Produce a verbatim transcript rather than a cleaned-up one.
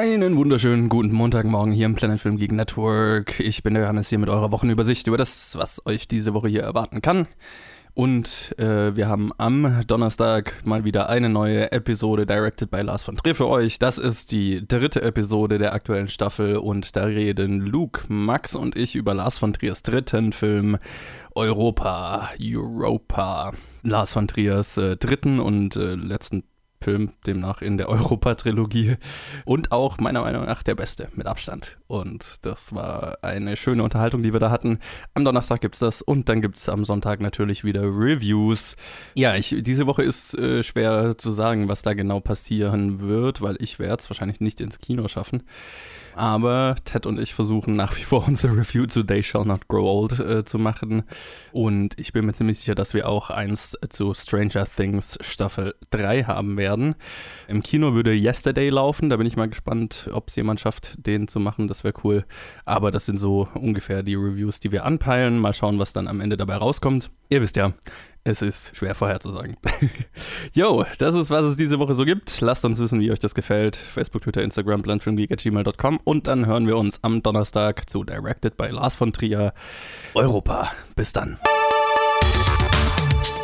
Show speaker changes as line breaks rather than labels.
Einen wunderschönen guten Montagmorgen hier im Planet Film Geek Network. Ich bin der Johannes hier mit eurer Wochenübersicht über das, was euch diese Woche hier erwarten kann. Und äh, wir haben am Donnerstag mal wieder eine neue Episode directed by Lars von Trier für euch. Das ist die dritte Episode der aktuellen Staffel und da reden Luke, Max und ich über Lars von Triers dritten Film Europa, Europa. Lars von Triers äh, dritten und äh, letzten Film, demnach in der Europa-Trilogie und auch meiner Meinung nach der beste, mit Abstand. Und das war eine schöne Unterhaltung, die wir da hatten. Am Donnerstag gibt's das und dann gibt's am Sonntag natürlich wieder Reviews. Ja, ich, diese Woche ist äh, schwer zu sagen, was da genau passieren wird, weil ich werde es wahrscheinlich nicht ins Kino schaffen. Aber Ted und ich versuchen nach wie vor unser Review zu They Shall Not Grow Old äh, zu machen. Und ich bin mir ziemlich sicher, dass wir auch eins zu Stranger Things Staffel drei haben werden. Im Kino würde Yesterday laufen. Da bin ich mal gespannt, ob es jemand schafft, den zu machen. Das wäre cool. Aber das sind so ungefähr die Reviews, die wir anpeilen. Mal schauen, was dann am Ende dabei rauskommt. Ihr wisst ja, es ist schwer vorherzusagen. Jo, das ist, was es diese Woche so gibt. Lasst uns wissen, wie euch das gefällt. Facebook, Twitter, Instagram, planetfilmgeek at gmail dot com. Und dann hören wir uns am Donnerstag zu Directed by Lars von Trier Europa. Bis dann.